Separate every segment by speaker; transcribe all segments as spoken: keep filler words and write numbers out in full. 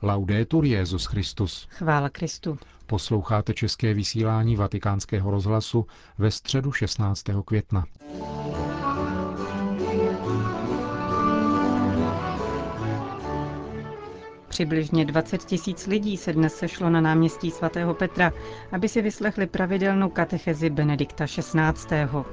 Speaker 1: Laudetur Jesus Christus.
Speaker 2: Chvála Kristu.
Speaker 1: Posloucháte české vysílání Vatikánského rozhlasu ve středu šestnáctého května.
Speaker 2: Přibližně dvacet tisíc lidí se dnes sešlo na náměstí svatého Petra, aby si vyslechli pravidelnou katechezi Benedikta šestnáctého.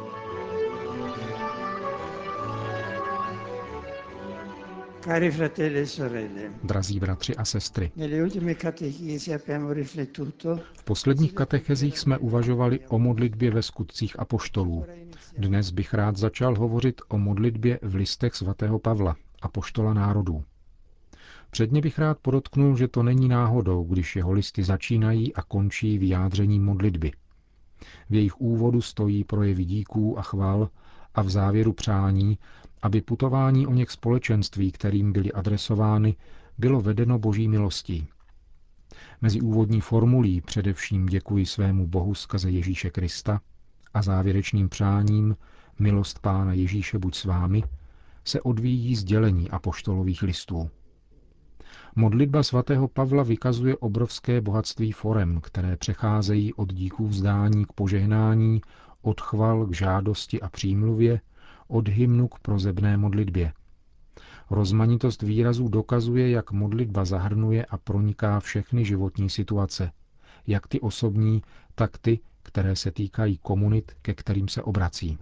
Speaker 3: Cari fratelli e sorelle,
Speaker 1: Drazí bratři a sestry,
Speaker 3: nelle ultime catechesi abbiamo riflettuto
Speaker 1: v posledních katechezích jsme uvažovali o modlitbě ve skutcích apoštolů. Dnes bych rád začal hovořit o modlitbě v listech svatého Pavla, apoštola národů. Předně bych rád podotknul, že to není náhodou, když jeho listy začínají a končí vyjádřením modlitby. V jejich úvodu stojí projevy díků a chval a v závěru přání, aby putování o něch společenství, kterým byly adresovány, bylo vedeno Boží milostí. Mezi úvodní formulí především děkuji svému Bohu skrze Ježíše Krista a závěrečným přáním milost Pána Ježíše buď s vámi, se odvíjí sdělení apoštolových listů. Modlitba svatého Pavla vykazuje obrovské bohatství forem, které přecházejí od díků vzdání k požehnání, od chval k žádosti a přímluvě, od hymnu k prozebné modlitbě. Rozmanitost výrazů dokazuje, jak modlitba zahrnuje a proniká všechny životní situace, jak ty osobní, tak ty, které se týkají komunit, ke kterým se obrací.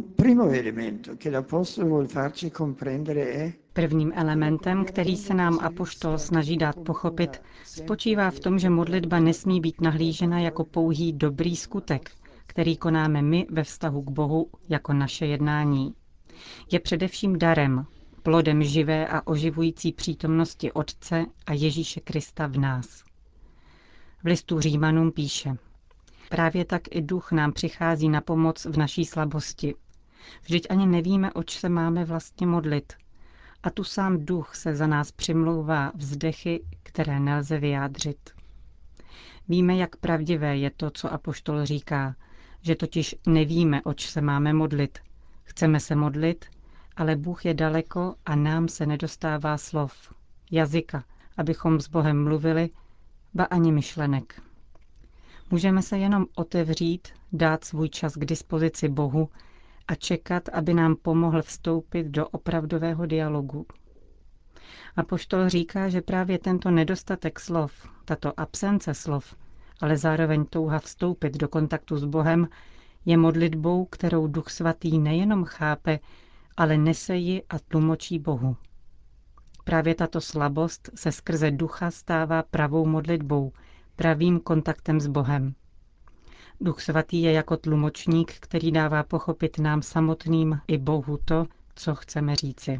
Speaker 2: Prvním elementem, který se nám apoštol snaží dát pochopit, spočívá v tom, že modlitba nesmí být nahlížena jako pouhý dobrý skutek, který konáme my ve vztahu k Bohu jako naše jednání. Je především darem, plodem živé a oživující přítomnosti Otce a Ježíše Krista v nás. V listu Římanům píše: Právě tak i duch nám přichází na pomoc v naší slabosti. Vždyť ani nevíme, oč se máme vlastně modlit. A tu sám duch se za nás přimlouvá vzdechy, které nelze vyjádřit. Víme, jak pravdivé je to, co apoštol říká, že totiž nevíme, oč se máme modlit. Chceme se modlit, ale Bůh je daleko a nám se nedostává slov, jazyka, abychom s Bohem mluvili, ba ani myšlenek. Můžeme se jenom otevřít, dát svůj čas k dispozici Bohu a čekat, aby nám pomohl vstoupit do opravdového dialogu. Apoštol říká, že právě tento nedostatek slov, tato absence slov, ale zároveň touha vstoupit do kontaktu s Bohem, je modlitbou, kterou Duch Svatý nejenom chápe, ale nese ji a tlumočí Bohu. Právě tato slabost se skrze ducha stává pravou modlitbou, pravým kontaktem s Bohem. Duch Svatý je jako tlumočník, který dává pochopit nám samotným i Bohu to, co chceme říci.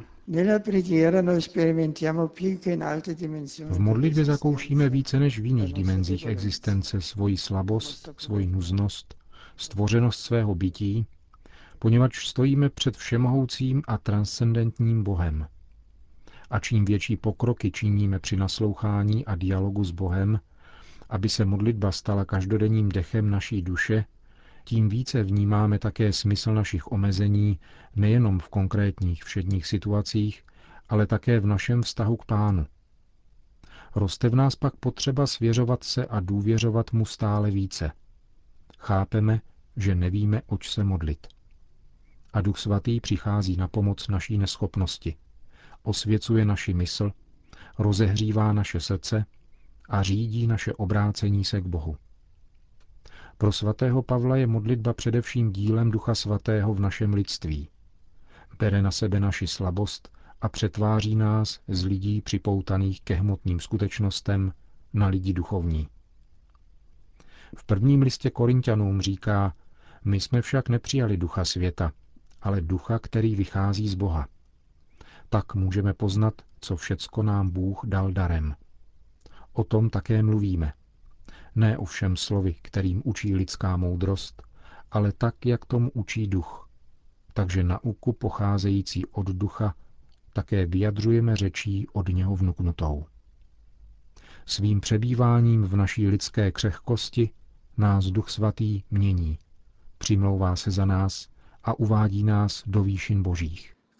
Speaker 1: V modlitbě zakoušíme více než v jiných dimenzích existence svoji slabost, svoji nuznost, stvořenost svého bytí, poněvadž stojíme před všemohoucím a transcendentním Bohem. A čím větší pokroky činíme při naslouchání a dialogu s Bohem, aby se modlitba stala každodenním dechem naší duše, tím více vnímáme také smysl našich omezení nejenom v konkrétních všedních situacích, ale také v našem vztahu k Pánu. Roste v nás pak potřeba svěřovat se a důvěřovat mu stále více. Chápeme, že nevíme, oč se modlit. A Duch Svatý přichází na pomoc naší neschopnosti. Osvěcuje naši mysl, rozehřívá naše srdce a řídí naše obrácení se k Bohu. Pro svatého Pavla je modlitba především dílem Ducha Svatého v našem lidství. Bere na sebe naši slabost a přetváří nás z lidí připoutaných ke hmotným skutečnostem na lidi duchovní. V prvním listě Korinťanům říká: My jsme však nepřijali ducha světa, ale ducha, který vychází z Boha. Tak můžeme poznat, co všecko nám Bůh dal darem. O tom také mluvíme. Ne ovšem slovy, kterým učí lidská moudrost, ale tak, jak tomu učí duch. Takže nauku pocházející od ducha také vyjadřujeme řečí od něho vnuknutou. Svým přebýváním v naší lidské křehkosti nás Duch Svatý mění, přimlouvá se za nás a uvádí nás do výšin božích.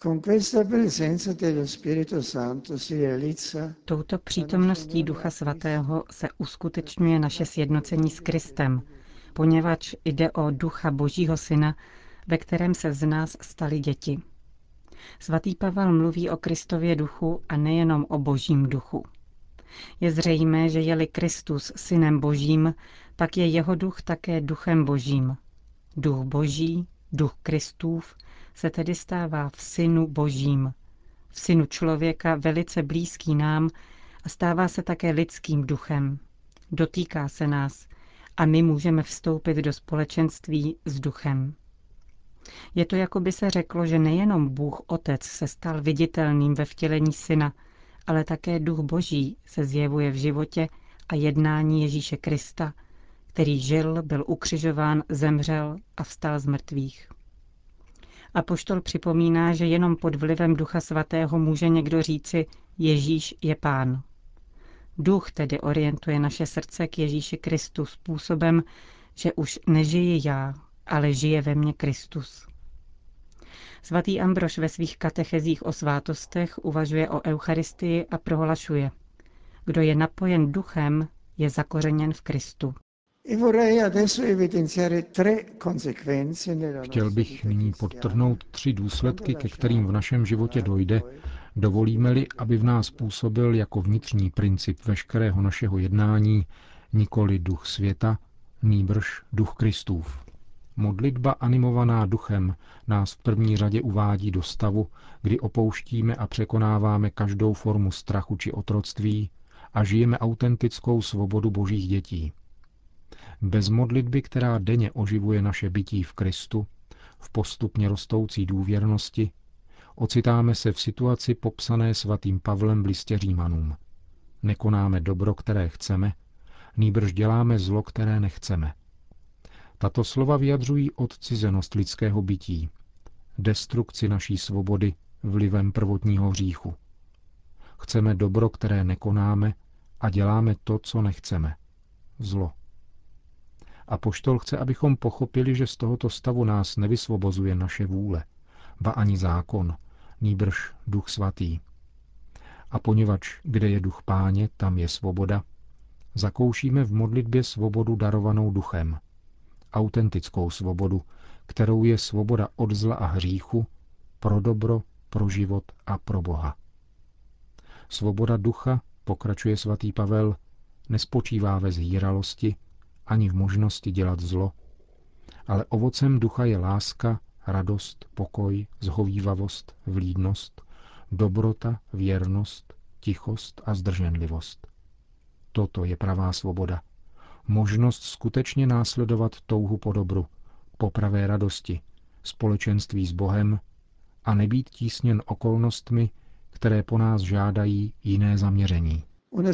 Speaker 2: Touto přítomností Ducha Svatého se uskutečňuje naše sjednocení s Kristem, poněvadž jde o Ducha Božího Syna, ve kterém se z nás stali děti. Svatý Pavel mluví o Kristově duchu a nejenom o Božím duchu. Je zřejmé, že je-li Kristus Synem Božím, pak je jeho duch také duchem Božím. Duch Boží, duch Kristův, se tedy stává v Synu Božím, v Synu člověka velice blízký nám a stává se také lidským duchem. Dotýká se nás a my můžeme vstoupit do společenství s duchem. Je to, jako by se řeklo, že nejenom Bůh Otec se stal viditelným ve vtělení Syna, ale také Duch Boží se zjevuje v životě a jednání Ježíše Krista, který žil, byl ukřižován, zemřel a vstal z mrtvých. Apoštol připomíná, že jenom pod vlivem Ducha Svatého může někdo říci Ježíš je Pán. Duch tedy orientuje naše srdce k Ježíši Kristu způsobem, že už nežiji já, ale žije ve mně Kristus. Svatý Ambrož ve svých katechezích o svátostech uvažuje o Eucharistii a prohlašuje: kdo je napojen duchem, je zakořeněn v Kristu.
Speaker 1: Chtěl bych nyní podtrhnout tři důsledky, ke kterým v našem životě dojde, dovolíme-li, aby v nás působil jako vnitřní princip veškerého našeho jednání nikoli duch světa, nýbrž duch Kristův. Modlitba animovaná duchem nás v první řadě uvádí do stavu, kdy opouštíme a překonáváme každou formu strachu či otroctví a žijeme autentickou svobodu Božích dětí. Bez modlitby, která denně oživuje naše bytí v Kristu, v postupně rostoucí důvěrnosti, ocitáme se v situaci popsané svatým Pavlem v listě Římanům. Nekonáme dobro, které chceme, nýbrž děláme zlo, které nechceme. Tato slova vyjadřují odcizenost lidského bytí, destrukci naší svobody vlivem prvotního hříchu. Chceme dobro, které nekonáme, a děláme to, co nechceme. Zlo. Apoštol chce, abychom pochopili, že z tohoto stavu nás nevysvobozuje naše vůle, ba ani zákon, nýbrž Duch Svatý. A poněvadž kde je Duch Páně, tam je svoboda, zakoušíme v modlitbě svobodu darovanou Duchem, autentickou svobodu, kterou je svoboda od zla a hříchu, pro dobro, pro život a pro Boha. Svoboda ducha, pokračuje svatý Pavel, nespočívá ve zhýralosti ani v možnosti dělat zlo, ale ovocem ducha je láska, radost, pokoj, zhovívavost, vlídnost, dobrota, věrnost, tichost a zdrženlivost. Toto je pravá svoboda. Možnost skutečně následovat touhu po dobru, po pravé radosti, společenství s Bohem a nebýt tísněn okolnostmi, které po nás žádají jiné zaměření.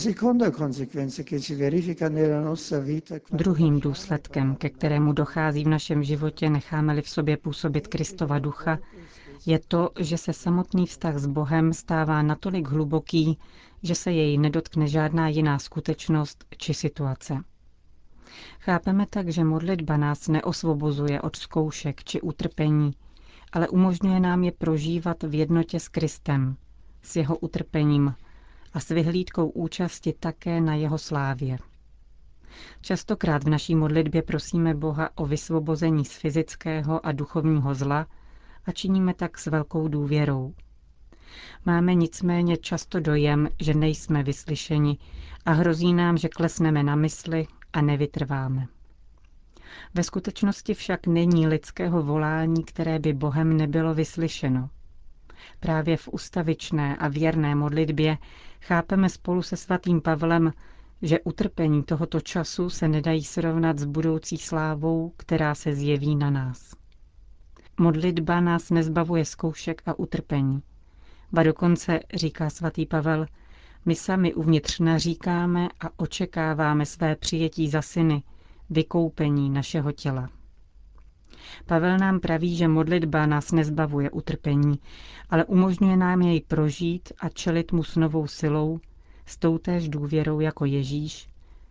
Speaker 2: Druhým důsledkem, ke kterému dochází v našem životě, necháme-li v sobě působit Kristova ducha, je to, že se samotný vztah s Bohem stává natolik hluboký, že se jej nedotkne žádná jiná skutečnost či situace. Chápeme tak, že modlitba nás neosvobozuje od zkoušek či utrpení, ale umožňuje nám je prožívat v jednotě s Kristem, s jeho utrpením a s vyhlídkou účasti také na jeho slávě. Častokrát v naší modlitbě prosíme Boha o vysvobození z fyzického a duchovního zla a činíme tak s velkou důvěrou. Máme nicméně často dojem, že nejsme vyslyšeni a hrozí nám, že klesneme na mysli a nevytrváme. Ve skutečnosti však není lidského volání, které by Bohem nebylo vyslyšeno. Právě v ustavičné a věrné modlitbě chápeme spolu se svatým Pavlem, že utrpení tohoto času se nedají srovnat s budoucí slávou, která se zjeví na nás. Modlitba nás nezbavuje zkoušek a utrpení. Ba dokonce, říká svatý Pavel, my sami uvnitř naříkáme a očekáváme své přijetí za syny, vykoupení našeho těla. Pavel nám praví, že modlitba nás nezbavuje utrpení, ale umožňuje nám jej prožít a čelit mu s novou silou, s toutéž důvěrou jako Ježíš,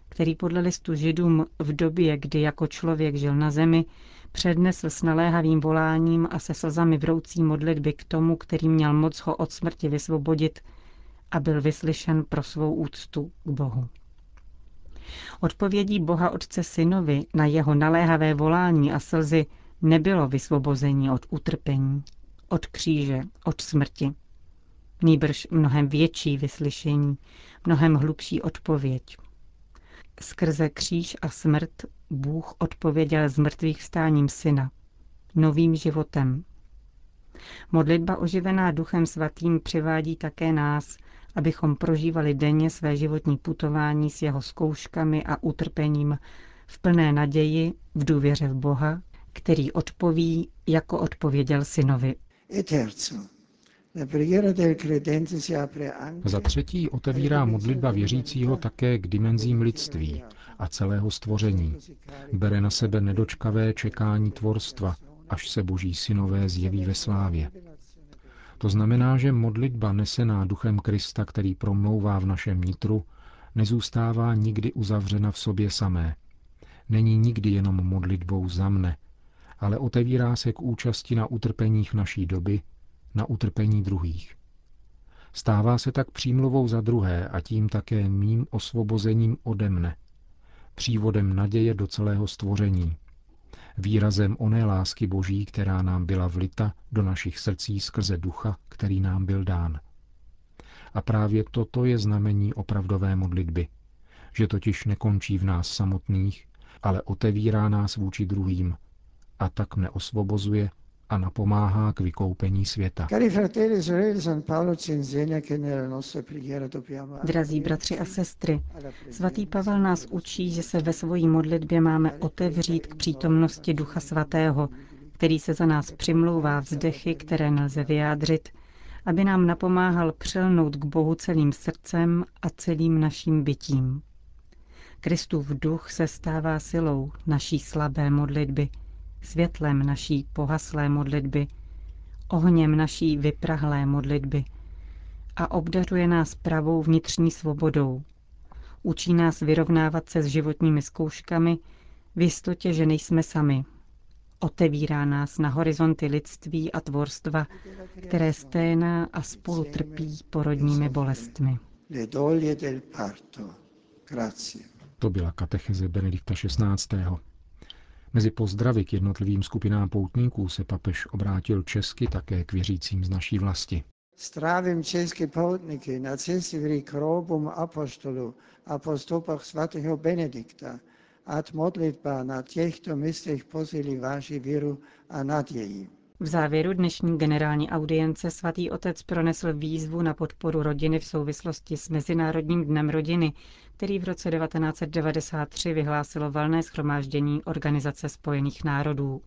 Speaker 2: který podle listu Židům v době, kdy jako člověk žil na zemi, přednesl s naléhavým voláním a se slzami vroucí modlitby k tomu, který měl moc ho od smrti vysvobodit, a byl vyslyšen pro svou úctu k Bohu. Odpovědí Boha Otce Synovi na jeho naléhavé volání a slzy nebylo vysvobození od utrpení, od kříže, od smrti. Nýbrž mnohem větší vyslyšení, mnohem hlubší odpověď. Skrze kříž a smrt Bůh odpověděl zmrtvých vstáním Syna, novým životem. Modlitba oživená Duchem Svatým přivádí také nás, abychom prožívali denně své životní putování s jeho zkouškami a utrpením v plné naději, v důvěře v Boha, který odpoví, jako odpověděl Synovi.
Speaker 1: Za třetí otevírá modlitba věřícího také k dimenzím lidství a celého stvoření. Bere na sebe nedočkavé čekání tvorstva, až se Boží synové zjeví ve slávě. To znamená, že modlitba nesená Duchem Krista, který promlouvá v našem nitru, nezůstává nikdy uzavřena v sobě samé. Není nikdy jenom modlitbou za mne, ale otevírá se k účasti na utrpeních naší doby, na utrpení druhých. Stává se tak přímluvou za druhé a tím také mým osvobozením ode mne, přívodem naděje do celého stvoření, výrazem oné lásky Boží, která nám byla vlita do našich srdcí skrze Ducha, který nám byl dán. A právě toto je znamení opravdové modlitby, že totiž nekončí v nás samotných, ale otevírá nás vůči druhým a tak mne osvobozuje a napomáhá k vykoupení světa.
Speaker 2: Drazí bratři a sestry, svatý Pavel nás učí, že se ve svojí modlitbě máme otevřít k přítomnosti Ducha Svatého, který se za nás přimlouvá vzdechy, které nelze vyjádřit, aby nám napomáhal přilnout k Bohu celým srdcem a celým naším bytím. Kristův duch se stává silou naší slabé modlitby, světlem naší pohaslé modlitby, ohněm naší vyprahlé modlitby a obdařuje nás pravou vnitřní svobodou. Učí nás vyrovnávat se s životními zkouškami v jistotě, že nejsme sami. Otevírá nás na horizonty lidství a tvorstva, které sténá a spolu trpí porodními bolestmi.
Speaker 1: To byla katecheze Benedikta šestnáctého. Mezi pozdravy k jednotlivým skupinám poutníků se papež obrátil česky také k věřícím z naší vlasti.
Speaker 3: Zdravím české poutníky na cestě k hrobům apoštolů a po stopách svatého Benedikta. Ať modlitba na těchto místech posílí vaši víru a naději.
Speaker 2: V závěru dnešní generální audience svatý otec pronesl výzvu na podporu rodiny v souvislosti s Mezinárodním dnem rodiny, který v roce devatenáct set devadesát tři vyhlásilo valné shromáždění Organizace spojených národů.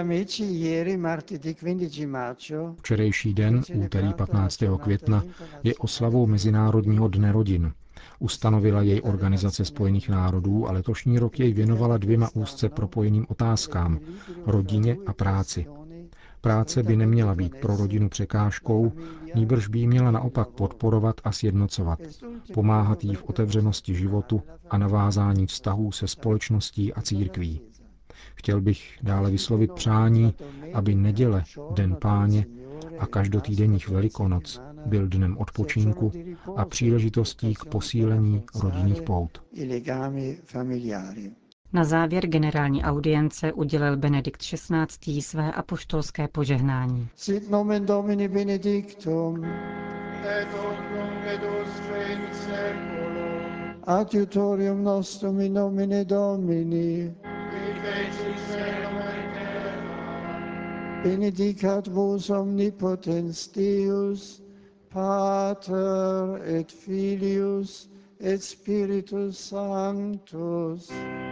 Speaker 1: Včerejší den, úterý patnáctého května, je oslavou Mezinárodního dne rodin. Ustanovila jej Organizace spojených národů a letošní rok jej věnovala dvěma úzce propojeným otázkám – rodině a práci. Práce by neměla být pro rodinu překážkou, nýbrž by ji měla naopak podporovat a sjednocovat, pomáhat jí v otevřenosti životu a navázání vztahů se společností a církví. Chtěl bych dále vyslovit přání, aby neděle, Den Páně a každotýdenních Velikonoc byl dnem odpočinku a příležitostí k posílení rodinných pout.
Speaker 2: Na závěr generální audience udělil Benedikt šestnáctý. Své apoštolské požehnání.
Speaker 3: Sit nomen Domini benedictum,
Speaker 4: et hoc nunc et usque in seculum,
Speaker 3: adiutorium nostrum in nomine Domini,
Speaker 4: qui fecit caelum et terra,
Speaker 3: benedicat vos omnipotens Deus, Pater et Filius et Spiritus Sanctus.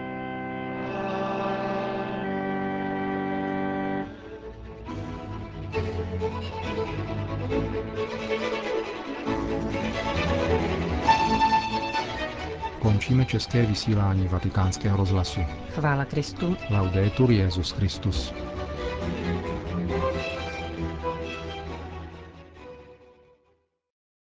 Speaker 1: Končíme české vysílání Vatikánského rozhlasu.
Speaker 2: Chvála Kristu.
Speaker 1: Laudetur Jesus Christus.